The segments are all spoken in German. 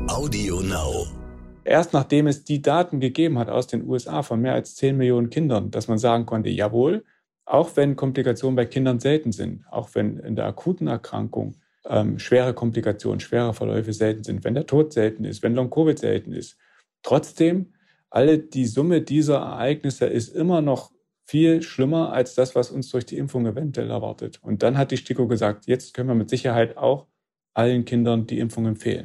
Audio Now. Erst nachdem es die Daten gegeben hat aus den USA von mehr als 10 Millionen Kindern, dass man sagen konnte, jawohl, auch wenn Komplikationen bei Kindern selten sind, auch wenn in der akuten Erkrankung schwere Komplikationen, schwere Verläufe selten sind, wenn der Tod selten ist, wenn Long-Covid selten ist, trotzdem, die Summe dieser Ereignisse ist immer noch viel schlimmer als das, was uns durch die Impfung eventuell erwartet. Und dann hat die STIKO gesagt, jetzt können wir mit Sicherheit auch allen Kindern die Impfung empfehlen.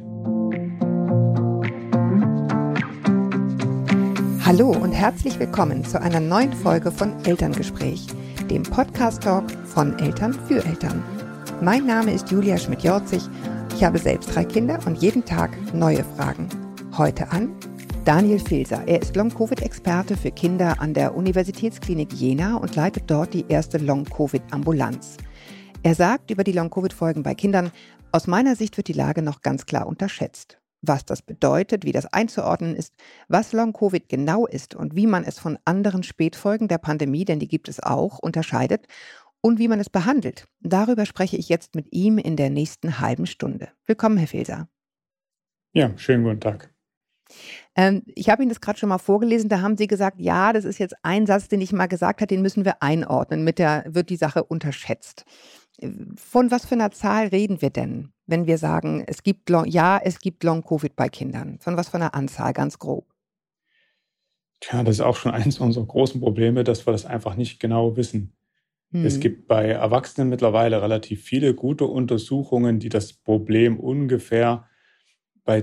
Hallo und herzlich willkommen zu einer neuen Folge von Elterngespräch, dem Podcast-Talk von Eltern für Eltern. Mein Name ist Julia Schmidt-Jorzig. Ich habe selbst 3 Kinder und jeden Tag neue Fragen. Heute an Daniel Filser. Er ist Long-Covid-Experte für Kinder an der Universitätsklinik Jena und leitet dort die erste Long-Covid-Ambulanz. Er sagt über die Long-Covid-Folgen bei Kindern, aus meiner Sicht wird die Lage noch ganz klar unterschätzt. Was das bedeutet, wie das einzuordnen ist, was Long-Covid genau ist und wie man es von anderen Spätfolgen der Pandemie, denn die gibt es auch, unterscheidet und wie man es behandelt. Darüber spreche ich jetzt mit ihm in der nächsten halben Stunde. Willkommen, Herr Filser. Ja, schönen guten Tag. Ich habe Ihnen das gerade schon mal vorgelesen, da haben Sie gesagt, ja, das ist jetzt ein Satz, den ich mal gesagt habe, den müssen wir einordnen, wird die Sache unterschätzt. Von was für einer Zahl reden wir denn, wenn wir sagen, es gibt Long-Covid bei Kindern? Von was für einer Anzahl, ganz grob? Tja, das ist auch schon eines unserer großen Probleme, dass wir das einfach nicht genau wissen. Es gibt bei Erwachsenen mittlerweile relativ viele gute Untersuchungen, die das Problem ungefähr bei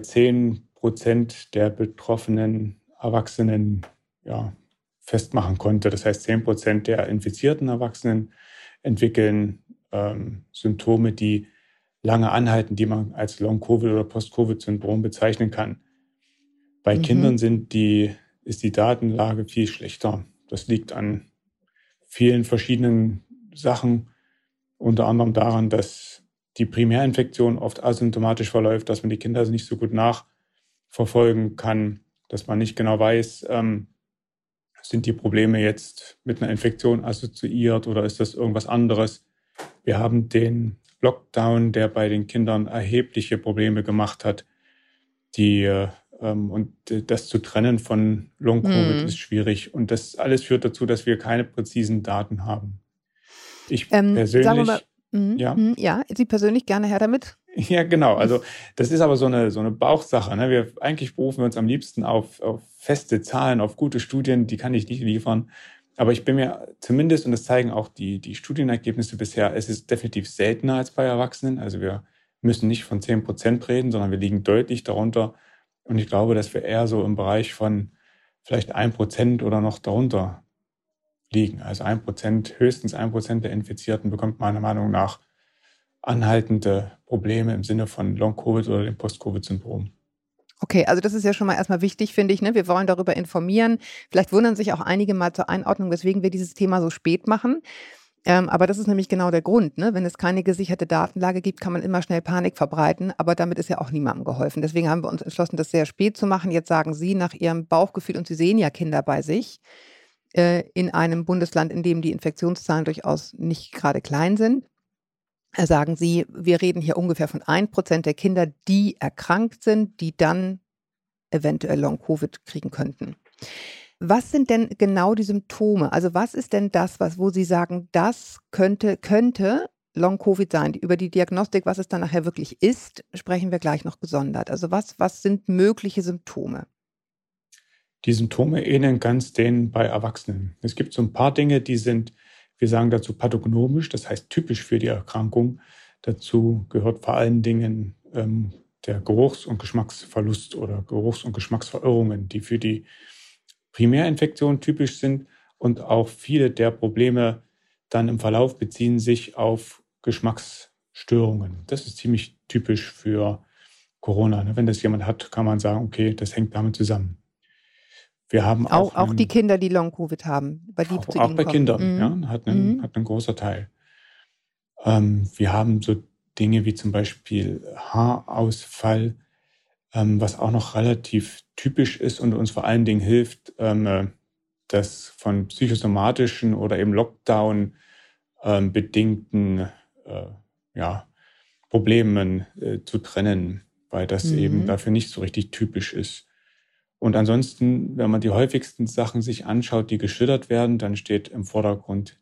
10% der betroffenen Erwachsenen festmachen konnte. Das heißt, 10% der infizierten Erwachsenen entwickeln Symptome, die lange anhalten, die man als Long-Covid oder Post-Covid-Syndrom bezeichnen kann. Bei Kindern ist die Datenlage viel schlechter. Das liegt an vielen verschiedenen Sachen, unter anderem daran, dass die Primärinfektion oft asymptomatisch verläuft, dass man die Kinder also nicht so gut nachverfolgen kann, dass man nicht genau weiß, sind die Probleme jetzt mit einer Infektion assoziiert oder ist das irgendwas anderes. Wir haben den Lockdown, der bei den Kindern erhebliche Probleme gemacht hat. Und das zu trennen von Long-Covid ist schwierig. Und das alles führt dazu, dass wir keine präzisen Daten haben. Ich persönlich... Sagen wir mal, Sie persönlich, gerne her damit. Ja, genau. Also das ist aber so eine Bauchsache. Ne? Eigentlich berufen wir uns am liebsten auf feste Zahlen, auf gute Studien. Die kann ich nicht liefern. Aber ich bin mir zumindest, und das zeigen auch die Studienergebnisse bisher, es ist definitiv seltener als bei Erwachsenen. Also wir müssen nicht von 10% reden, sondern wir liegen deutlich darunter. Und ich glaube, dass wir eher so im Bereich von vielleicht 1% oder noch darunter liegen. Also 1%, höchstens 1% der Infizierten bekommt meiner Meinung nach anhaltende Probleme im Sinne von Long-Covid oder dem Post-Covid-Syndrom. Okay, also das ist ja schon mal erstmal wichtig, finde ich. Ne? Wir wollen darüber informieren. Vielleicht wundern sich auch einige mal zur Einordnung, weswegen wir dieses Thema so spät machen. Aber das ist nämlich genau der Grund. Ne? Wenn es keine gesicherte Datenlage gibt, kann man immer schnell Panik verbreiten. Aber damit ist ja auch niemandem geholfen. Deswegen haben wir uns entschlossen, das sehr spät zu machen. Jetzt sagen Sie nach Ihrem Bauchgefühl, und Sie sehen ja Kinder bei sich, in einem Bundesland, in dem die Infektionszahlen durchaus nicht gerade klein sind. Sagen Sie, wir reden hier ungefähr von 1% der Kinder, die erkrankt sind, die dann eventuell Long-Covid kriegen könnten. Was sind denn genau die Symptome? Also was ist denn das, wo Sie sagen, das könnte Long-Covid sein? Über die Diagnostik, was es dann nachher wirklich ist, sprechen wir gleich noch gesondert. Also was sind mögliche Symptome? Die Symptome ähneln ganz denen bei Erwachsenen. Es gibt so ein paar Dinge, die sind, wir sagen dazu pathognomisch, das heißt typisch für die Erkrankung. Dazu gehört vor allen Dingen der Geruchs- und Geschmacksverlust oder Geruchs- und Geschmacksverirrungen, die für die Primärinfektion typisch sind. Und auch viele der Probleme dann im Verlauf beziehen sich auf Geschmacksstörungen. Das ist ziemlich typisch für Corona. Wenn das jemand hat, kann man sagen, okay, das hängt damit zusammen. Wir haben auch die Kinder, die Long-Covid haben, auch bei Kindern, ja, hat einen großer Teil. Wir haben so Dinge wie zum Beispiel Haarausfall, was auch noch relativ typisch ist und uns vor allen Dingen hilft, das von psychosomatischen oder eben Lockdown bedingten Problemen zu trennen. weil das eben dafür nicht so richtig typisch ist. Und ansonsten, wenn man die häufigsten Sachen sich anschaut, die geschildert werden, dann steht im Vordergrund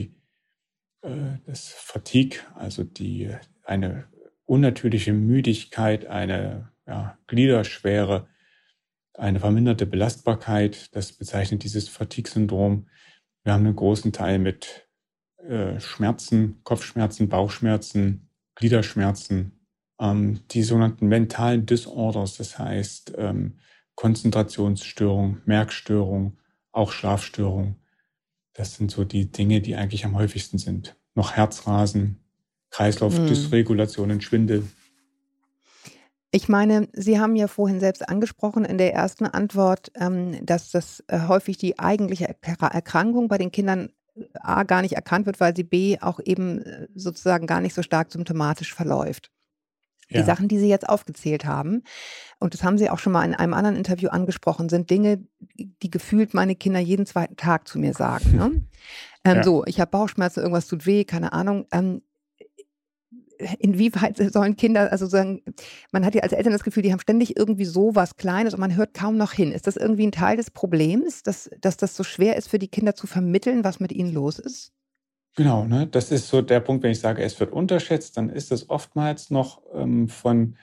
das Fatigue, also eine unnatürliche Müdigkeit, eine Gliederschwere, eine verminderte Belastbarkeit. Das bezeichnet dieses Fatigue-Syndrom. Wir haben einen großen Teil mit Schmerzen, Kopfschmerzen, Bauchschmerzen, Gliederschmerzen, die sogenannten mentalen Disorders, das heißt Konzentrationsstörung, Merkstörung, auch Schlafstörung. Das sind so die Dinge, die eigentlich am häufigsten sind. Noch Herzrasen, Kreislaufdysregulationen, Schwindel. Ich meine, Sie haben ja vorhin selbst angesprochen in der ersten Antwort, dass das häufig die eigentliche Erkrankung bei den Kindern A gar nicht erkannt wird, weil sie B auch eben sozusagen gar nicht so stark symptomatisch verläuft. Die Sachen, die Sie jetzt aufgezählt haben, und das haben Sie auch schon mal in einem anderen Interview angesprochen, sind Dinge, die gefühlt meine Kinder jeden zweiten Tag zu mir sagen. Ne? So, ich habe Bauchschmerzen, irgendwas tut weh, keine Ahnung. Inwieweit sollen Kinder, also sagen, man hat ja als Eltern das Gefühl, die haben ständig irgendwie so was Kleines und man hört kaum noch hin. Ist das irgendwie ein Teil des Problems, dass das so schwer ist für die Kinder zu vermitteln, was mit ihnen los ist? Genau, ne? Das ist so der Punkt, wenn ich sage, es wird unterschätzt, dann ist es oftmals noch von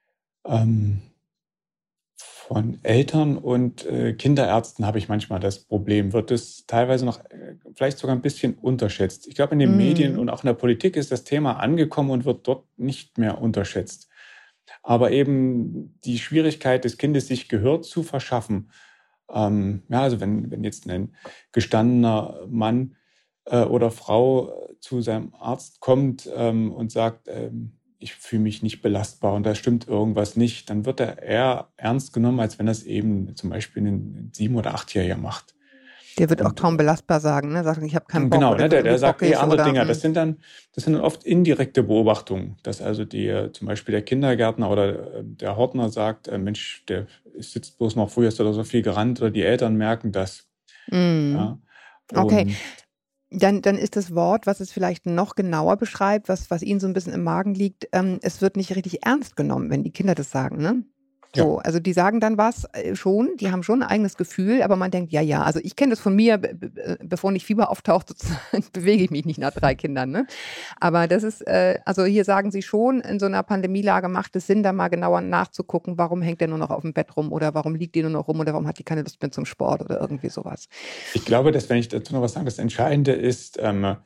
Eltern und Kinderärzten habe ich manchmal das Problem. Wird es teilweise noch vielleicht sogar ein bisschen unterschätzt. Ich glaube, in den Medien und auch in der Politik ist das Thema angekommen und wird dort nicht mehr unterschätzt. Aber eben die Schwierigkeit des Kindes, sich Gehör zu verschaffen. Also wenn jetzt ein gestandener Mann oder Frau zu seinem Arzt kommt und sagt, ich fühle mich nicht belastbar und da stimmt irgendwas nicht, dann wird er eher ernst genommen, als wenn das eben zum Beispiel ein 7- oder 8-Jähriger macht. Der wird auch kaum belastbar sagen, ne? Sagt, ich habe keinen Bock. Genau, der sagt andere Dinge. Das sind dann oft indirekte Beobachtungen, dass also zum Beispiel der Kindergärtner oder der Hortner sagt, Mensch, der sitzt bloß noch, früher ist er so viel gerannt, oder die Eltern merken das. Ja. Okay. Dann ist das Wort, was es vielleicht noch genauer beschreibt, was Ihnen so ein bisschen im Magen liegt, es wird nicht richtig ernst genommen, wenn die Kinder das sagen, ne? So, also die sagen dann was schon, die haben schon ein eigenes Gefühl, aber man denkt, ja, also ich kenne das von mir, bevor nicht Fieber auftaucht, sozusagen, bewege ich mich nicht nach 3 Kindern, ne? Aber das ist, also hier sagen sie schon, in so einer Pandemielage macht es Sinn, da mal genauer nachzugucken, warum hängt der nur noch auf dem Bett rum oder warum liegt die nur noch rum oder warum hat die keine Lust mehr zum Sport oder irgendwie sowas. Ich glaube, dass, wenn ich dazu noch was sage, das Entscheidende ist,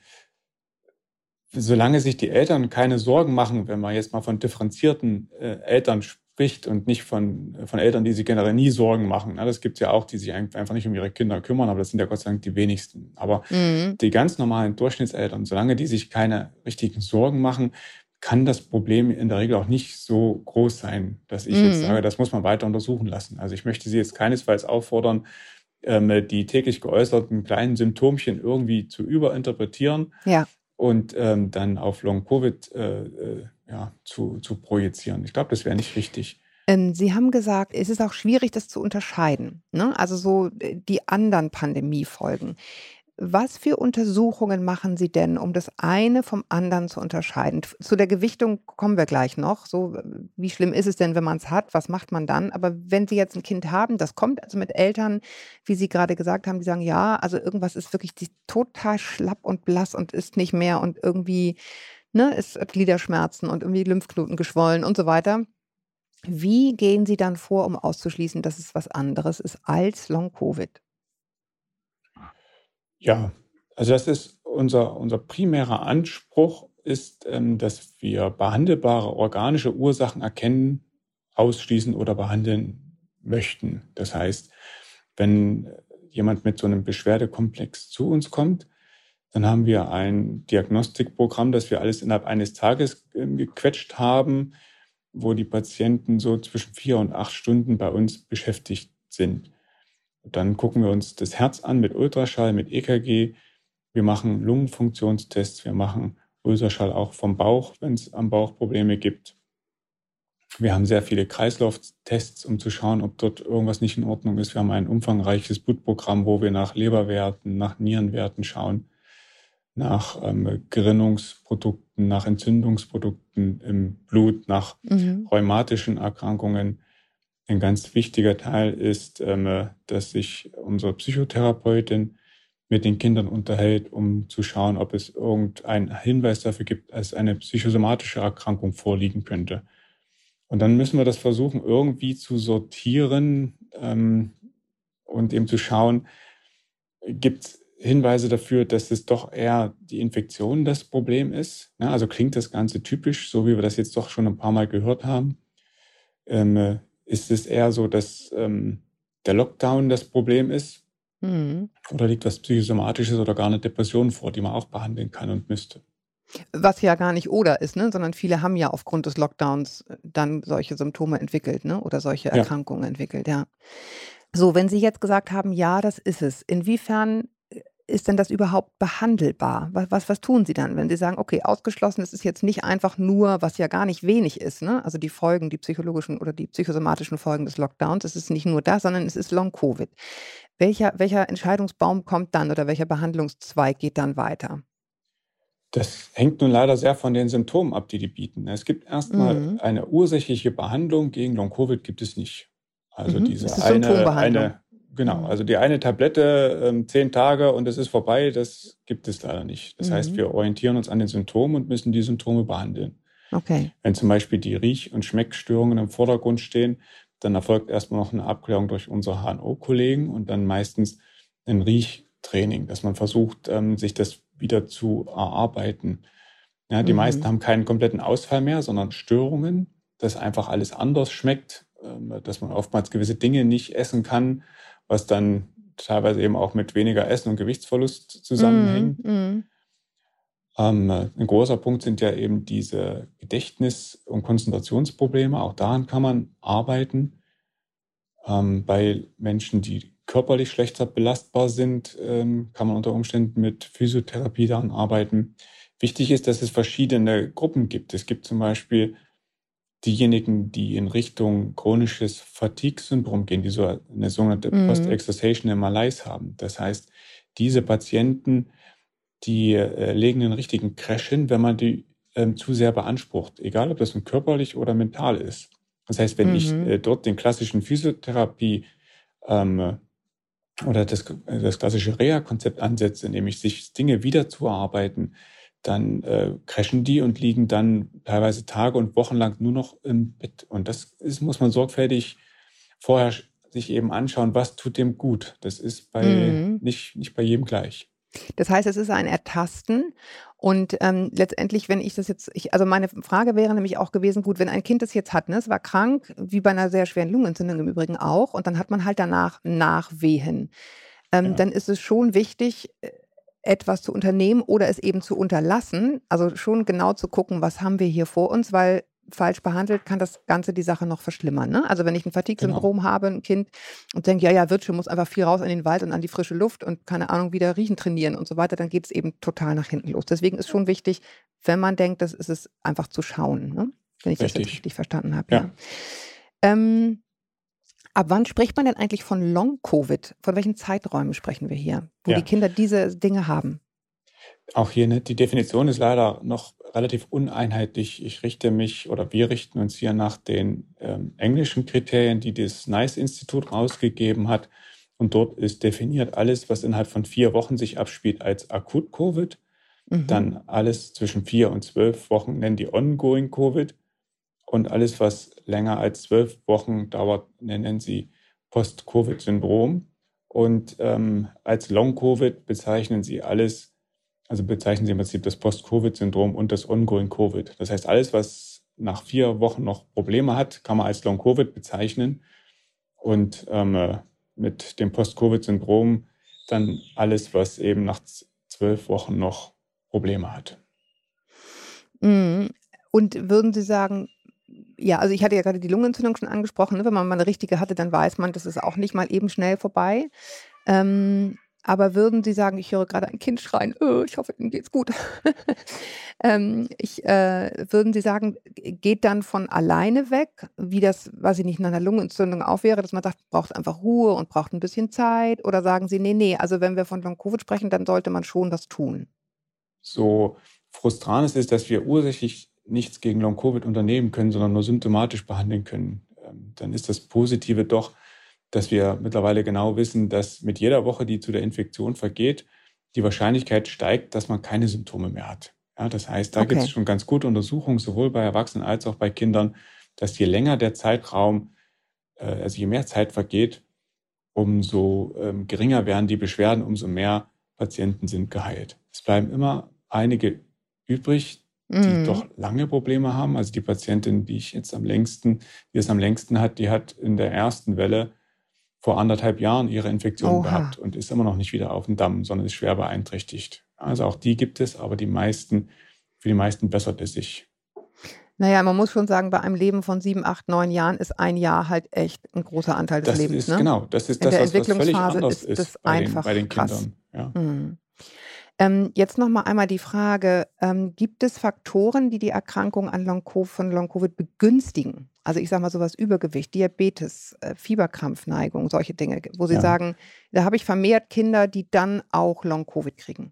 solange sich die Eltern keine Sorgen machen, wenn man jetzt mal von differenzierten Eltern spricht und nicht von Eltern, die sich generell nie Sorgen machen. Das gibt es ja auch, die sich einfach nicht um ihre Kinder kümmern, aber das sind ja Gott sei Dank die wenigsten. Aber die ganz normalen Durchschnittseltern, solange die sich keine richtigen Sorgen machen, kann das Problem in der Regel auch nicht so groß sein, dass ich jetzt sage, das muss man weiter untersuchen lassen. Also ich möchte Sie jetzt keinesfalls auffordern, die täglich geäußerten kleinen Symptomchen irgendwie zu überinterpretieren und dann auf Long-Covid zu projizieren. Ich glaube, das wäre nicht richtig. Sie haben gesagt, es ist auch schwierig, das zu unterscheiden, ne? Also so die anderen Pandemiefolgen. Was für Untersuchungen machen Sie denn, um das eine vom anderen zu unterscheiden? Zu der Gewichtung kommen wir gleich noch. So, wie schlimm ist es denn, wenn man es hat? Was macht man dann? Aber wenn Sie jetzt ein Kind haben, das kommt also mit Eltern, wie Sie gerade gesagt haben, die sagen, ja, also irgendwas ist wirklich total schlapp und blass und ist nicht mehr und irgendwie, ne, es hat Gliederschmerzen und irgendwie Lymphknoten geschwollen und so weiter. Wie gehen Sie dann vor, um auszuschließen, dass es was anderes ist als Long-Covid? Ja, also das ist unser primärer Anspruch ist, dass wir behandelbare organische Ursachen erkennen, ausschließen oder behandeln möchten. Das heißt, wenn jemand mit so einem Beschwerdekomplex zu uns kommt, dann haben wir ein Diagnostikprogramm, das wir alles innerhalb eines Tages gequetscht haben, wo die Patienten so zwischen 4 und 8 Stunden bei uns beschäftigt sind. Dann gucken wir uns das Herz an mit Ultraschall, mit EKG. Wir machen Lungenfunktionstests, wir machen Ultraschall auch vom Bauch, wenn es am Bauch Probleme gibt. Wir haben sehr viele Kreislauftests, um zu schauen, ob dort irgendwas nicht in Ordnung ist. Wir haben ein umfangreiches Blutprogramm, wo wir nach Leberwerten, nach Nierenwerten schauen, nach Gerinnungsprodukten, nach Entzündungsprodukten im Blut, nach rheumatischen Erkrankungen. Ein ganz wichtiger Teil ist, dass sich unsere Psychotherapeutin mit den Kindern unterhält, um zu schauen, ob es irgendeinen Hinweis dafür gibt, dass eine psychosomatische Erkrankung vorliegen könnte. Und dann müssen wir das versuchen, irgendwie zu sortieren und eben zu schauen, gibt es Hinweise dafür, dass es doch eher die Infektion das Problem ist. Ja, also klingt das Ganze typisch, so wie wir das jetzt doch schon ein paar Mal gehört haben. Ist es eher so, dass der Lockdown das Problem ist? Oder liegt was Psychosomatisches oder gar eine Depression vor, die man auch behandeln kann und müsste? Was ja gar nicht oder ist, ne? Sondern viele haben ja aufgrund des Lockdowns dann solche Symptome entwickelt, ne? Oder solche Erkrankungen entwickelt, ja. So, wenn Sie jetzt gesagt haben, ja, das ist es, inwiefern ist denn das überhaupt behandelbar? Was tun Sie dann, wenn Sie sagen, okay, ausgeschlossen, das ist jetzt nicht einfach nur, was ja gar nicht wenig ist, ne? Also die Folgen, die psychologischen oder die psychosomatischen Folgen des Lockdowns, es ist nicht nur das, sondern es ist Long-Covid. Welcher Entscheidungsbaum kommt dann oder welcher Behandlungszweig geht dann weiter? Das hängt nun leider sehr von den Symptomen ab, die bieten. Es gibt erstmal eine ursächliche Behandlung gegen Long-Covid gibt es nicht. Also Das ist Symptombehandlung. Also die eine Tablette 10 Tage und es ist vorbei, das gibt es leider nicht. Das heißt, wir orientieren uns an den Symptomen und müssen die Symptome behandeln. Okay. Wenn zum Beispiel die Riech- und Schmeckstörungen im Vordergrund stehen, dann erfolgt erstmal noch eine Abklärung durch unsere HNO-Kollegen und dann meistens ein Riechtraining, dass man versucht, sich das wieder zu erarbeiten. Ja, die meisten haben keinen kompletten Ausfall mehr, sondern Störungen, dass einfach alles anders schmeckt, dass man oftmals gewisse Dinge nicht essen kann, was dann teilweise eben auch mit weniger Essen und Gewichtsverlust zusammenhängt. Ein großer Punkt sind ja eben diese Gedächtnis- und Konzentrationsprobleme. Auch daran kann man arbeiten. Bei Menschen, die körperlich schlechter belastbar sind, kann man unter Umständen mit Physiotherapie daran arbeiten. Wichtig ist, dass es verschiedene Gruppen gibt. Es gibt zum Beispiel diejenigen, die in Richtung chronisches Fatigue-Syndrom gehen, die so eine sogenannte Post-Exertional Malaise haben. Das heißt, diese Patienten, die legen den richtigen Crash hin, wenn man die zu sehr beansprucht, egal ob das nun körperlich oder mental ist. Das heißt, wenn ich dort den klassischen Physiotherapie oder das klassische Reha-Konzept ansetze, nämlich sich Dinge wieder zu erarbeiten, dann crashen die und liegen dann teilweise Tage und Wochen lang nur noch im Bett. Und muss man sorgfältig vorher sich eben anschauen, was tut dem gut. Das ist nicht bei jedem gleich. Das heißt, es ist ein Ertasten und letztendlich, wenn ich das jetzt, also meine Frage wäre nämlich auch gewesen, gut, wenn ein Kind das jetzt hat, ne, es war krank, wie bei einer sehr schweren Lungenentzündung im Übrigen auch, und dann hat man halt danach Nachwehen, dann ist es schon wichtig, etwas zu unternehmen oder es eben zu unterlassen, also schon genau zu gucken, was haben wir hier vor uns, weil falsch behandelt kann das Ganze die Sache noch verschlimmern. Ne? Also wenn ich ein Fatigue-Syndrom habe, ein Kind, und denke, ja, wird schon, muss einfach viel raus in den Wald und an die frische Luft und keine Ahnung, wieder riechen trainieren und so weiter, dann geht es eben total nach hinten los. Deswegen ist schon wichtig, wenn man denkt, das ist es, einfach zu schauen, ne? Wenn ich das jetzt richtig verstanden habe. Ja. Ab wann spricht man denn eigentlich von Long-Covid? Von welchen Zeiträumen sprechen wir hier, wo die Kinder diese Dinge haben? Auch hier, ne, die Definition ist leider noch relativ uneinheitlich. Wir richten uns hier nach den englischen Kriterien, die das NICE-Institut rausgegeben hat. Und dort ist definiert alles, was innerhalb von 4 Wochen sich abspielt, als Akut-Covid. Dann alles zwischen 4 und 12 Wochen nennen die Ongoing-Covid. Und alles, was länger als 12 Wochen dauert, nennen sie Post-Covid-Syndrom. Und als Long-Covid bezeichnen sie im Prinzip das Post-Covid-Syndrom und das Ongoing-Covid. Das heißt, alles, was nach 4 Wochen noch Probleme hat, kann man als Long-Covid bezeichnen. Und mit dem Post-Covid-Syndrom dann alles, was eben nach 12 Wochen noch Probleme hat. Und würden Sie sagen, ja, also ich hatte ja gerade die Lungenentzündung schon angesprochen, ne? Wenn man mal eine richtige hatte, dann weiß man, das ist auch nicht mal eben schnell vorbei. Aber würden Sie sagen, ich höre gerade ein Kind schreien, ich hoffe, ihm geht's gut. Würden Sie sagen, geht dann von alleine weg, wie das, weiß ich nicht, nach einer Lungenentzündung auch wäre, dass man sagt, braucht einfach Ruhe und braucht ein bisschen Zeit? Oder sagen Sie, nee, also wenn wir von Long-Covid sprechen, dann sollte man schon was tun? so frustrant es ist, dass wir ursächlich nichts gegen Long-Covid unternehmen können, sondern nur symptomatisch behandeln können, dann ist das Positive doch, dass wir mittlerweile genau wissen, dass mit jeder Woche, die zu der Infektion vergeht, die Wahrscheinlichkeit steigt, dass man keine Symptome mehr hat. Ja, das heißt, da gibt es schon ganz gute Untersuchungen, sowohl bei Erwachsenen als auch bei Kindern, dass je länger der Zeitraum, also je mehr Zeit vergeht, umso geringer werden die Beschwerden, umso mehr Patienten sind geheilt. Es bleiben immer einige übrig, die doch lange Probleme haben. Also die Patientin, die es am längsten hat, die hat in der ersten Welle vor 1,5 Jahren ihre Infektion gehabt und ist immer noch nicht wieder auf dem Damm, sondern ist schwer beeinträchtigt. Also auch die gibt es, aber für die meisten bessert es sich. Naja, man muss schon sagen, bei einem Leben von 7, 8, 9 Jahren ist ein Jahr halt echt ein großer Anteil des Lebens. Das ist genau, das ist das, was völlig anders ist bei den Kindern. Ja. Jetzt nochmal einmal die Frage, gibt es Faktoren, die die Erkrankung von Long-Covid begünstigen? Also ich sage mal sowas, Übergewicht, Diabetes, Fieberkrampfneigung, solche Dinge, wo Sie sagen, da habe ich vermehrt Kinder, die dann auch Long-Covid kriegen.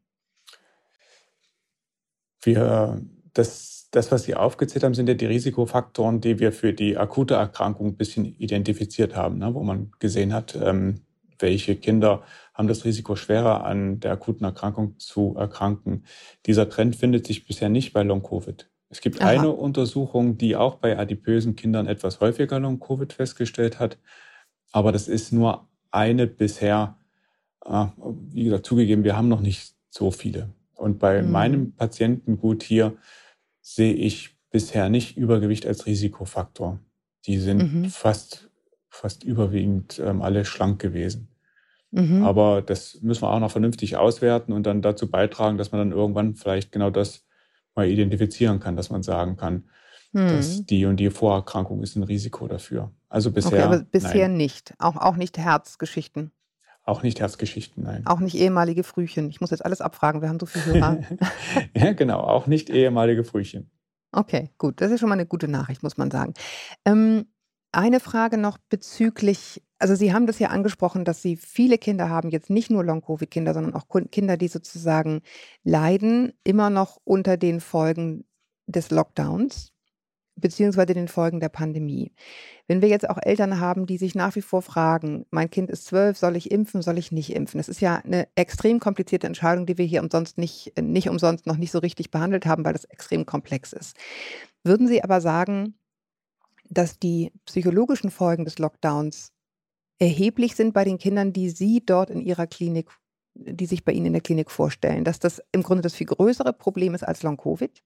Das, was Sie aufgezählt haben, sind ja die Risikofaktoren, die wir für die akute Erkrankung ein bisschen identifiziert haben, ne? Wo man gesehen hat, welche Kinder haben das Risiko, schwerer an der akuten Erkrankung zu erkranken. Dieser Trend findet sich bisher nicht bei Long-Covid. Es gibt eine Untersuchung, die auch bei adipösen Kindern etwas häufiger Long-Covid festgestellt hat, aber das ist nur eine bisher. Wie gesagt, zugegeben, wir haben noch nicht so viele. Und bei meinem Patientengut hier sehe ich bisher nicht Übergewicht als Risikofaktor. Die sind fast überwiegend alle schlank gewesen. Aber das müssen wir auch noch vernünftig auswerten und dann dazu beitragen, dass man dann irgendwann vielleicht genau das mal identifizieren kann, dass man sagen kann, dass die und die Vorerkrankung ist ein Risiko dafür. Also bisher, aber bisher nicht. Auch nicht Herzgeschichten. Auch nicht Herzgeschichten, nein. Auch nicht ehemalige Frühchen. Ich muss jetzt alles abfragen, wir haben so viele Hörer. Ja, genau, auch nicht ehemalige Frühchen. Okay, gut. Das ist schon mal eine gute Nachricht, muss man sagen. Eine Frage noch bezüglich, also Sie haben das ja angesprochen, dass Sie viele Kinder haben, jetzt nicht nur Long-Covid-Kinder, sondern auch Kinder, die sozusagen leiden, immer noch unter den Folgen des Lockdowns, beziehungsweise den Folgen der Pandemie. Wenn wir jetzt auch Eltern haben, die sich nach wie vor fragen, mein Kind ist 12, soll ich impfen, soll ich nicht impfen? Das ist ja eine extrem komplizierte Entscheidung, die wir hier nicht umsonst noch nicht so richtig behandelt haben, weil das extrem komplex ist. Würden Sie aber sagen, dass die psychologischen Folgen des Lockdowns erheblich sind bei den Kindern, die Sie dort in Ihrer Klinik, die sich bei Ihnen in der Klinik vorstellen, dass das im Grunde das viel größere Problem ist als Long-Covid?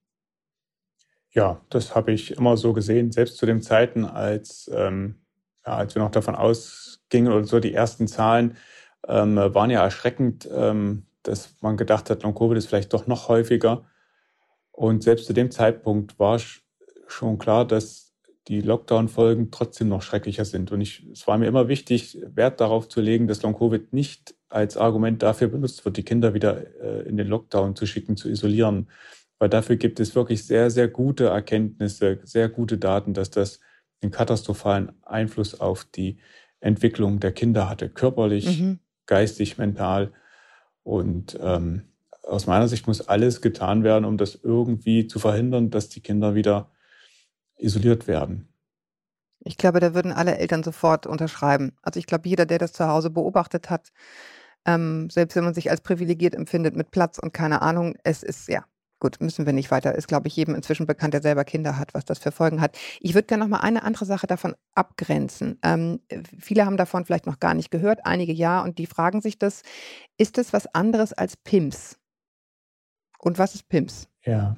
Ja, das habe ich immer so gesehen, selbst zu den Zeiten, als wir noch davon ausgingen oder so, die ersten Zahlen waren ja erschreckend, dass man gedacht hat, Long-Covid ist vielleicht doch noch häufiger. Und selbst zu dem Zeitpunkt war schon klar, dass die Lockdown-Folgen trotzdem noch schrecklicher sind. Und es war mir immer wichtig, Wert darauf zu legen, dass Long-Covid nicht als Argument dafür benutzt wird, die Kinder wieder in den Lockdown zu schicken, zu isolieren. Weil dafür gibt es wirklich sehr, sehr gute Erkenntnisse, sehr gute Daten, dass das einen katastrophalen Einfluss auf die Entwicklung der Kinder hatte, körperlich, geistig, mental. Und aus meiner Sicht muss alles getan werden, um das irgendwie zu verhindern, dass die Kinder wieder isoliert werden. Ich glaube, da würden alle Eltern sofort unterschreiben. Also ich glaube, jeder, der das zu Hause beobachtet hat, selbst wenn man sich als privilegiert empfindet mit Platz und keine Ahnung, es ist, ja, gut, müssen wir nicht weiter. Ist, glaube ich, jedem inzwischen bekannt, der selber Kinder hat, was das für Folgen hat. Ich würde gerne noch mal eine andere Sache davon abgrenzen. Viele haben davon vielleicht noch gar nicht gehört, einige ja, und die fragen sich das, ist das was anderes als PIMS? Und was ist PIMS? Ja,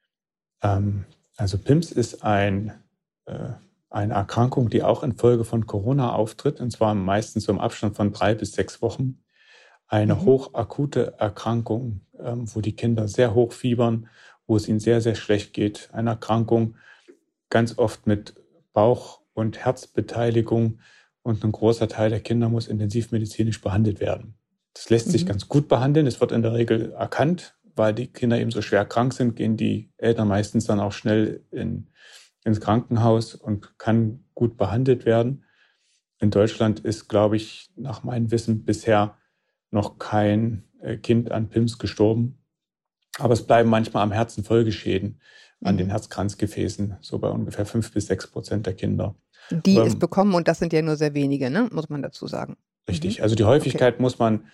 also PIMS ist eine Erkrankung, die auch infolge von Corona auftritt, und zwar meistens so im Abstand von 3 bis 6 Wochen. Eine hochakute Erkrankung, wo die Kinder sehr hoch fiebern, wo es ihnen sehr, sehr schlecht geht. Eine Erkrankung ganz oft mit Bauch- und Herzbeteiligung, und ein großer Teil der Kinder muss intensivmedizinisch behandelt werden. Das lässt sich ganz gut behandeln. Es wird in der Regel erkannt, weil die Kinder eben so schwer krank sind, gehen die Eltern meistens dann auch schnell ins Krankenhaus und kann gut behandelt werden. In Deutschland ist, glaube ich, nach meinem Wissen bisher noch kein Kind an PIMS gestorben. Aber es bleiben manchmal am Herzen Folgeschäden an den Herzkranzgefäßen, so bei ungefähr 5-6% der Kinder. Die es bekommen, und das sind ja nur sehr wenige, ne? Muss man dazu sagen. Richtig, also die Häufigkeit muss man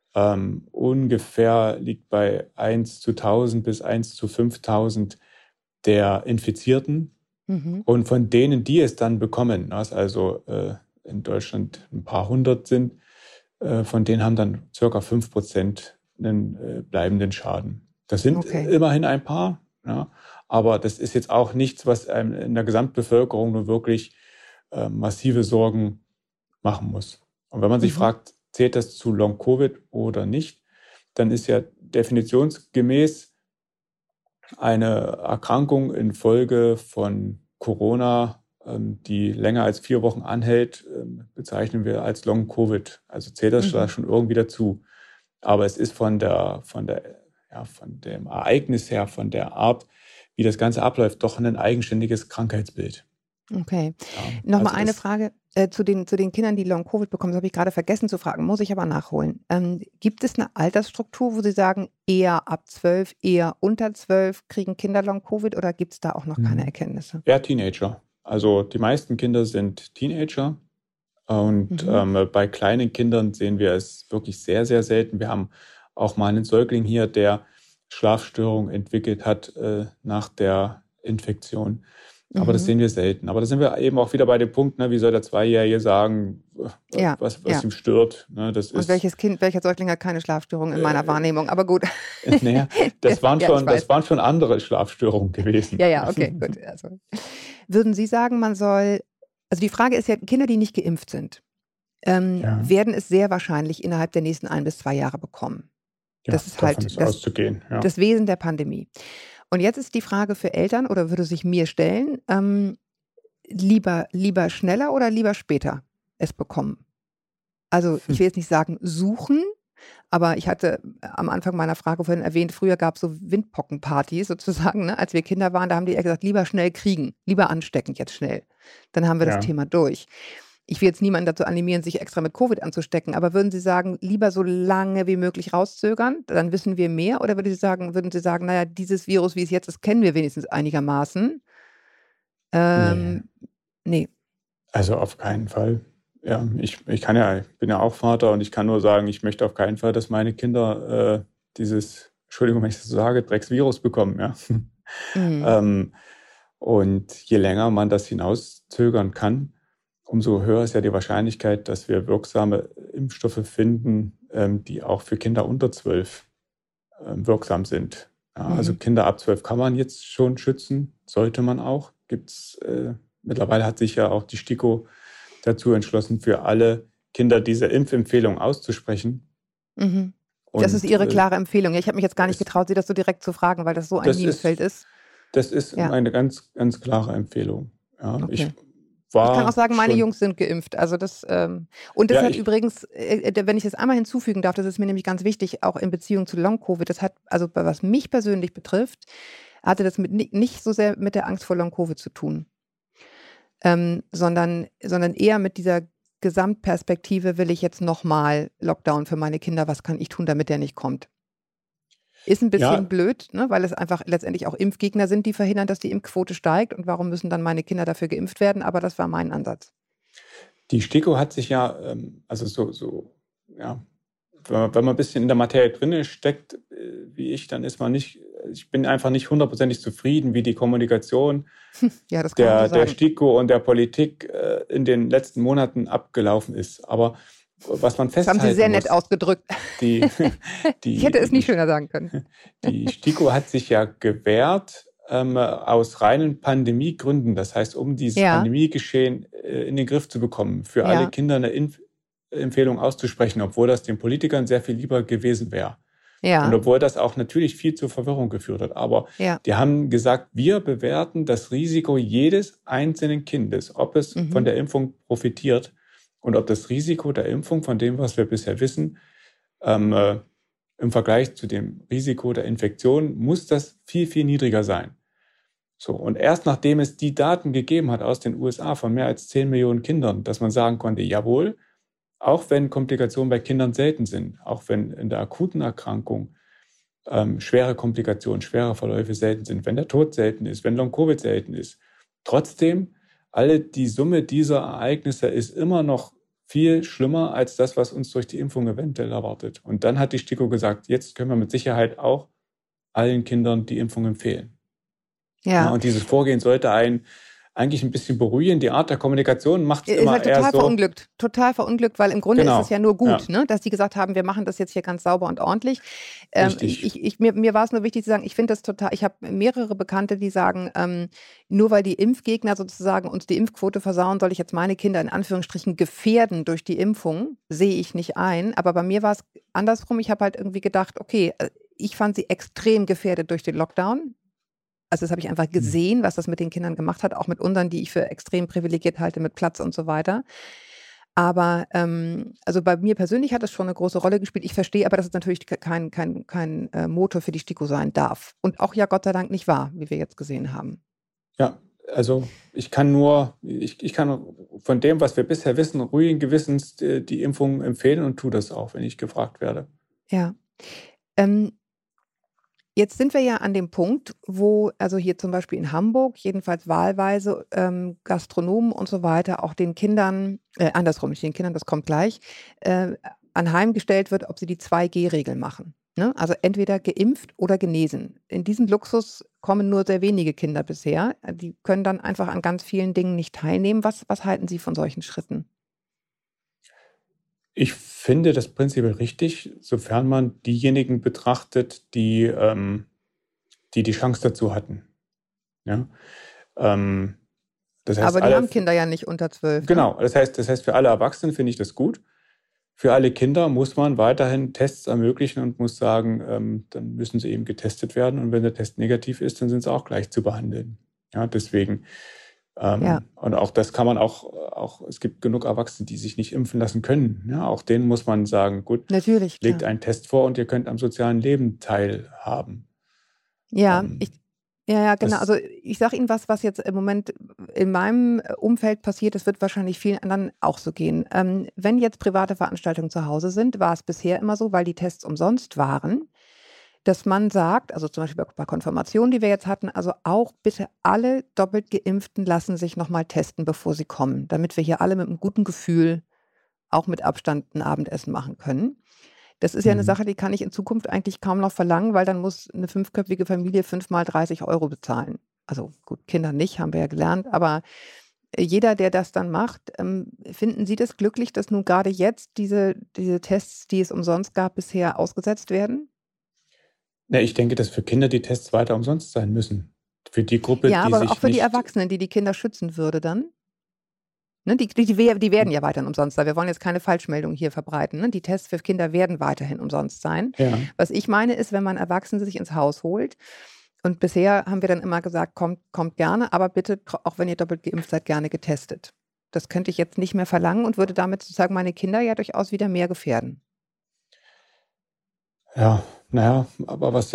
ungefähr liegt bei 1:1000 bis 1:5000 der Infizierten. Und von denen, die es dann bekommen, was also in Deutschland ein paar hundert sind, von denen haben dann ca. 5% einen bleibenden Schaden. Das sind immerhin ein paar, ja, aber das ist jetzt auch nichts, was einem in der Gesamtbevölkerung nur wirklich massive Sorgen machen muss. Und wenn man sich fragt, zählt das zu Long-Covid oder nicht, dann ist ja definitionsgemäß eine Erkrankung infolge von Corona, die länger als 4 Wochen anhält, bezeichnen wir als Long-Covid. Also zählt das da schon irgendwie dazu. Aber es ist von dem Ereignis her, von der Art, wie das Ganze abläuft, doch ein eigenständiges Krankheitsbild. Okay. Ja, Nochmal eine Frage zu den Kindern, die Long-Covid bekommen. Das habe ich gerade vergessen zu fragen, muss ich aber nachholen. Gibt es eine Altersstruktur, wo Sie sagen, eher ab 12, eher unter 12 kriegen Kinder Long-Covid, oder gibt es da auch noch keine Erkenntnisse? Ja, Teenager. Also die meisten Kinder sind Teenager. Und bei kleinen Kindern sehen wir es wirklich sehr, sehr selten. Wir haben auch mal einen Säugling hier, der Schlafstörungen entwickelt hat nach der Infektion. Aber das sehen wir selten. Aber da sind wir eben auch wieder bei dem Punkt, ne, wie soll der Zweijährige sagen, was ihm stört. Ne, das und welcher Säugling hat keine Schlafstörung in meiner Wahrnehmung? Aber gut. Naja, das waren schon andere Schlafstörungen gewesen. Ja, okay, gut. Also, würden Sie sagen, man soll, also die Frage ist ja, Kinder, die nicht geimpft sind, werden es sehr wahrscheinlich innerhalb der nächsten 1 bis 2 Jahre bekommen. Ja, das ist halt auszugehen. Ja. Das Wesen der Pandemie. Und jetzt ist die Frage für Eltern, oder würde sich mir stellen, lieber schneller oder lieber später es bekommen? Also ich will jetzt nicht sagen suchen, aber ich hatte am Anfang meiner Frage vorhin erwähnt, früher gab es so Windpockenpartys sozusagen, ne? Als wir Kinder waren, da haben die eher gesagt, lieber schnell kriegen, lieber anstecken, jetzt schnell. Dann haben wir das Thema durch. Ich will jetzt niemanden dazu animieren, sich extra mit Covid anzustecken, aber würden Sie sagen, lieber so lange wie möglich rauszögern, dann wissen wir mehr? Oder würden Sie sagen, naja, dieses Virus, wie es jetzt ist, kennen wir wenigstens einigermaßen? Nee. Also auf keinen Fall. Ja, ich bin ja auch Vater, und ich kann nur sagen, ich möchte auf keinen Fall, dass meine Kinder dieses, Entschuldigung, wenn ich das so sage, Drecksvirus bekommen. Ja. Und je länger man das hinauszögern kann, umso höher ist ja die Wahrscheinlichkeit, dass wir wirksame Impfstoffe finden, die auch für Kinder unter 12 wirksam sind. Ja, also Kinder ab 12 kann man jetzt schon schützen, sollte man auch. Mittlerweile hat sich ja auch die STIKO dazu entschlossen, für alle Kinder diese Impfempfehlung auszusprechen. Und das ist Ihre klare Empfehlung. Ich habe mich jetzt gar nicht getraut, Sie das so direkt zu fragen, weil das so ein Minenfeld ist. Das ist eine ganz, ganz klare Empfehlung. Ja, okay. Ich kann auch sagen, meine Jungs sind geimpft. Also das, und das hat übrigens, wenn ich das einmal hinzufügen darf, das ist mir nämlich ganz wichtig, auch in Beziehung zu Long-Covid, das hat, also was mich persönlich betrifft, hatte das nicht so sehr mit der Angst vor Long-Covid zu tun, sondern eher mit dieser Gesamtperspektive, will ich jetzt nochmal Lockdown für meine Kinder, was kann ich tun, damit der nicht kommt? Ist ein bisschen blöd, ne, weil es einfach letztendlich auch Impfgegner sind, die verhindern, dass die Impfquote steigt. Und warum müssen dann meine Kinder dafür geimpft werden? Aber das war mein Ansatz. Die STIKO hat sich ja, wenn man ein bisschen in der Materie drin steckt, wie ich, dann ich bin einfach nicht 100% zufrieden, wie die Kommunikation der STIKO und der Politik in den letzten Monaten abgelaufen ist. Aber was man festhalten das haben Sie sehr nett ausgedrückt. Ich hätte es nicht schöner sagen können. Die STIKO hat sich ja gewehrt aus reinen Pandemiegründen. Das heißt, um dieses Pandemiegeschehen in den Griff zu bekommen, für alle Kinder eine Impfempfehlung auszusprechen, obwohl das den Politikern sehr viel lieber gewesen wäre. Ja. Und obwohl das auch natürlich viel zur Verwirrung geführt hat. Aber die haben gesagt, wir bewerten das Risiko jedes einzelnen Kindes, ob es von der Impfung profitiert. Und ob das Risiko der Impfung, von dem, was wir bisher wissen, im Vergleich zu dem Risiko der Infektion, muss das viel, viel niedriger sein. So, und erst nachdem es die Daten gegeben hat aus den USA von mehr als 10 Millionen Kindern, dass man sagen konnte, jawohl, auch wenn Komplikationen bei Kindern selten sind, auch wenn in der akuten Erkrankung schwere Komplikationen, schwere Verläufe selten sind, wenn der Tod selten ist, wenn Long-Covid selten ist. Trotzdem, die Summe dieser Ereignisse ist immer noch viel schlimmer als das, was uns durch die Impfung eventuell erwartet. Und dann hat die STIKO gesagt, jetzt können wir mit Sicherheit auch allen Kindern die Impfung empfehlen. Ja, und dieses Vorgehen sollte eigentlich ein bisschen beruhigen. Die Art der Kommunikation macht es immer halt eher so. Total verunglückt, weil im Grunde ist es ja nur gut, ne? Dass die gesagt haben, wir machen das jetzt hier ganz sauber und ordentlich. Mir war es nur wichtig zu sagen, ich finde das total, ich habe mehrere Bekannte, die sagen, nur weil die Impfgegner sozusagen uns die Impfquote versauen, soll ich jetzt meine Kinder in Anführungsstrichen gefährden durch die Impfung, sehe ich nicht ein. Aber bei mir war es andersrum. Ich habe halt irgendwie gedacht, okay, ich fand sie extrem gefährdet durch den Lockdown. Also das habe ich einfach gesehen, was das mit den Kindern gemacht hat, auch mit unseren, die ich für extrem privilegiert halte, mit Platz und so weiter. Aber also bei mir persönlich hat es schon eine große Rolle gespielt. Ich verstehe aber, dass es natürlich kein Motor für die STIKO sein darf. Und auch ja Gott sei Dank nicht war, wie wir jetzt gesehen haben. Ja, also ich kann von dem, was wir bisher wissen, ruhigen Gewissens die Impfung empfehlen und tue das auch, wenn ich gefragt werde. Ja. Jetzt sind wir ja an dem Punkt, wo, also hier zum Beispiel in Hamburg, jedenfalls wahlweise Gastronomen und so weiter auch den Kindern, andersrum, nicht den Kindern, das kommt gleich, anheimgestellt wird, ob sie die 2G-Regel machen. Ne? Also entweder geimpft oder genesen. In diesen Luxus kommen nur sehr wenige Kinder bisher. Die können dann einfach an ganz vielen Dingen nicht teilnehmen. Was halten Sie von solchen Schritten? Ich finde das prinzipiell richtig, sofern man diejenigen betrachtet, die die Chance dazu hatten. Ja? Das heißt, aber die haben Kinder ja nicht unter 12. Genau, das heißt, für alle Erwachsenen finde ich das gut. Für alle Kinder muss man weiterhin Tests ermöglichen und muss sagen, dann müssen sie eben getestet werden. Und wenn der Test negativ ist, dann sind sie auch gleich zu behandeln. Ja, deswegen. Und auch das kann man auch, es gibt genug Erwachsene, die sich nicht impfen lassen können. Ja, auch denen muss man sagen, gut, natürlich, legt einen Test vor und ihr könnt am sozialen Leben teilhaben. Ja, genau. Also ich sage Ihnen was jetzt im Moment in meinem Umfeld passiert, das wird wahrscheinlich vielen anderen auch so gehen. Wenn jetzt private Veranstaltungen zu Hause sind, war es bisher immer so, weil die Tests umsonst waren, dass man sagt, also zum Beispiel bei Konfirmationen, die wir jetzt hatten, also auch bitte alle doppelt Geimpften lassen sich nochmal testen, bevor sie kommen, damit wir hier alle mit einem guten Gefühl, auch mit Abstand, ein Abendessen machen können. Das ist ja eine Sache, die kann ich in Zukunft eigentlich kaum noch verlangen, weil dann muss eine 5-köpfige Familie 5 mal 30 € bezahlen. Also gut, Kinder nicht, haben wir ja gelernt, aber jeder, der das dann macht, finden Sie das glücklich, dass nun gerade jetzt diese Tests, die es umsonst gab, bisher ausgesetzt werden? Ja, ich denke, dass für Kinder die Tests weiter umsonst sein müssen. Für die Gruppe, ja, die aber sich auch für nicht die Erwachsenen, die Kinder schützen würde dann? Ne, die werden ja weiterhin umsonst sein. Wir wollen jetzt keine Falschmeldung hier verbreiten. Ne? Die Tests für Kinder werden weiterhin umsonst sein. Ja. Was ich meine ist, wenn man Erwachsene sich ins Haus holt, und bisher haben wir dann immer gesagt, kommt gerne, aber bitte, auch wenn ihr doppelt geimpft seid, gerne getestet. Das könnte ich jetzt nicht mehr verlangen und würde damit sozusagen meine Kinder ja durchaus wieder mehr gefährden. Ja, naja, aber da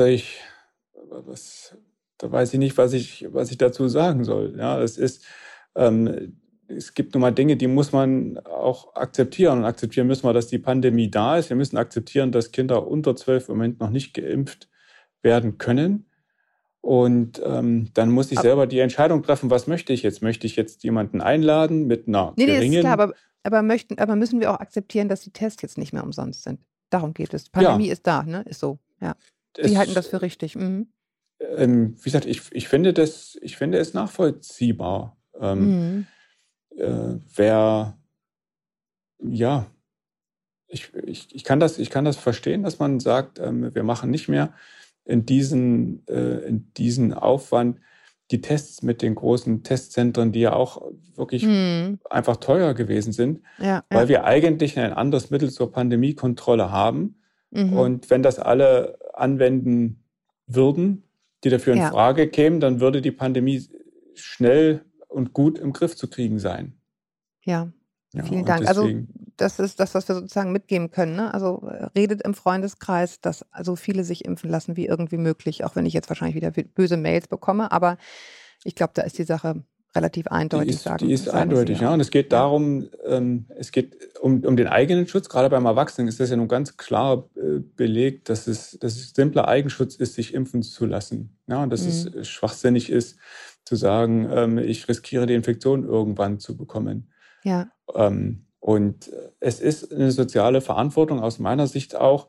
weiß ich nicht, was ich dazu sagen soll. Ja, es gibt nun mal Dinge, die muss man auch akzeptieren. Und akzeptieren müssen wir, dass die Pandemie da ist. Wir müssen akzeptieren, dass Kinder unter 12 im Moment noch nicht geimpft werden können. Und dann muss ich selber die Entscheidung treffen, was möchte ich jetzt? Möchte ich jetzt jemanden einladen mit einer geringen... Nee, ist klar, aber müssen wir auch akzeptieren, dass die Tests jetzt nicht mehr umsonst sind. Darum geht es. Pandemie ist da, ne? Ist so, ja. Sie halten das für richtig. Wie gesagt, ich finde es nachvollziehbar. Ich kann das verstehen, dass man sagt, wir machen nicht mehr in diesen Aufwand die Tests mit den großen Testzentren, die ja auch wirklich einfach teuer gewesen sind, weil wir eigentlich ein anderes Mittel zur Pandemiekontrolle haben. Und wenn das alle anwenden würden, die dafür in Frage kämen, dann würde die Pandemie schnell und gut im Griff zu kriegen sein. Ja, vielen Dank. Deswegen, also das ist das, was wir sozusagen mitgeben können. Ne? Also redet im Freundeskreis, dass so viele sich impfen lassen wie irgendwie möglich, auch wenn ich jetzt wahrscheinlich wieder böse Mails bekomme. Aber ich glaube, da ist die Sache relativ eindeutig sagen. Die ist eindeutig, ja. Und es geht darum, es geht um den eigenen Schutz. Gerade beim Erwachsenen ist das ja nun ganz klar belegt, dass es simpler Eigenschutz ist, sich impfen zu lassen. Ja, und dass es schwachsinnig ist, zu sagen, ich riskiere die Infektion irgendwann zu bekommen. Ja. Und es ist eine soziale Verantwortung aus meiner Sicht auch,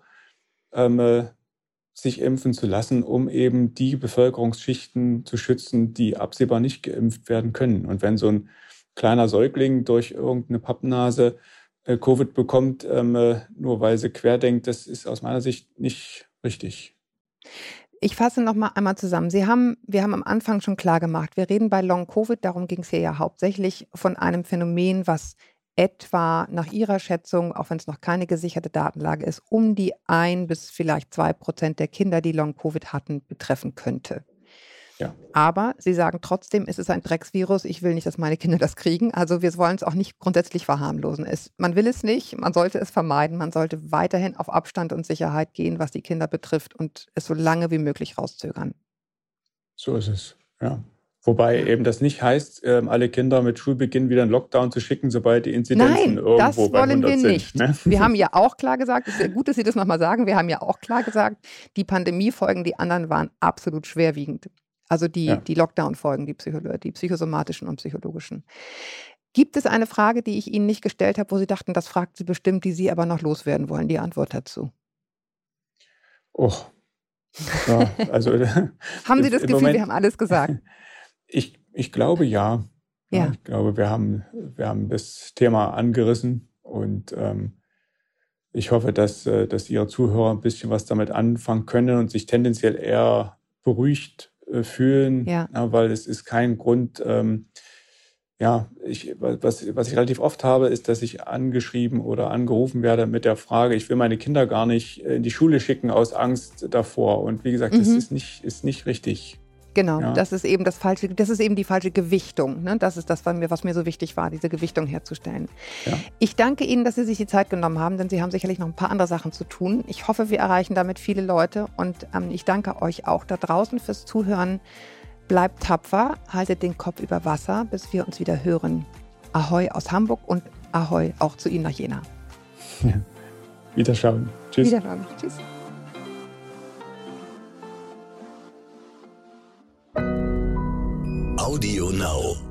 sich impfen zu lassen, um eben die Bevölkerungsschichten zu schützen, die absehbar nicht geimpft werden können. Und wenn so ein kleiner Säugling durch irgendeine Pappnase Covid bekommt, nur weil sie querdenkt, das ist aus meiner Sicht nicht richtig. Ich fasse noch mal einmal zusammen. Wir haben am Anfang schon klar gemacht, wir reden bei Long-Covid, darum ging es hier ja hauptsächlich, von einem Phänomen, was etwa nach Ihrer Schätzung, auch wenn es noch keine gesicherte Datenlage ist, um die 1 bis vielleicht 2% der Kinder, die Long-Covid hatten, betreffen könnte. Ja. Aber Sie sagen trotzdem, es ist ein Drecksvirus, ich will nicht, dass meine Kinder das kriegen. Also wir wollen es auch nicht grundsätzlich verharmlosen. Man will es nicht, man sollte es vermeiden, man sollte weiterhin auf Abstand und Sicherheit gehen, was die Kinder betrifft und es so lange wie möglich rauszögern. So ist es, ja. Wobei eben das nicht heißt, alle Kinder mit Schulbeginn wieder in Lockdown zu schicken, sobald die Inzidenzen irgendwo bei 100 sind. Nein, das wollen wir nicht. Ne? Wir haben ja auch klar gesagt, es ist gut, dass Sie das nochmal sagen, wir haben ja auch klar gesagt, die Pandemiefolgen, die anderen waren absolut schwerwiegend. Also die Lockdown-Folgen, die psychosomatischen und psychologischen. Gibt es eine Frage, die ich Ihnen nicht gestellt habe, wo Sie dachten, das fragt Sie bestimmt, die Sie aber noch loswerden wollen, die Antwort dazu? Oh, ja, also haben Sie das Gefühl, Moment, wir haben alles gesagt? Ich glaube ja. Ja. Ich glaube, wir haben das Thema angerissen und ich hoffe, dass Ihre Zuhörer ein bisschen was damit anfangen können und sich tendenziell eher beruhigt fühlen, weil es ist kein Grund. Was ich relativ oft habe, ist, dass ich angeschrieben oder angerufen werde mit der Frage, ich will meine Kinder gar nicht in die Schule schicken aus Angst davor. Und wie gesagt, das ist nicht richtig. Genau, ja. Das ist eben die falsche Gewichtung. Ne? Das ist das, was mir so wichtig war, diese Gewichtung herzustellen. Ja. Ich danke Ihnen, dass Sie sich die Zeit genommen haben, denn Sie haben sicherlich noch ein paar andere Sachen zu tun. Ich hoffe, wir erreichen damit viele Leute und ich danke euch auch da draußen fürs Zuhören. Bleibt tapfer, haltet den Kopf über Wasser, bis wir uns wieder hören. Ahoi aus Hamburg und Ahoi auch zu Ihnen nach Jena. Ja. Wiederschauen. Tschüss. Wiederschauen. Tschüss. Audio Now.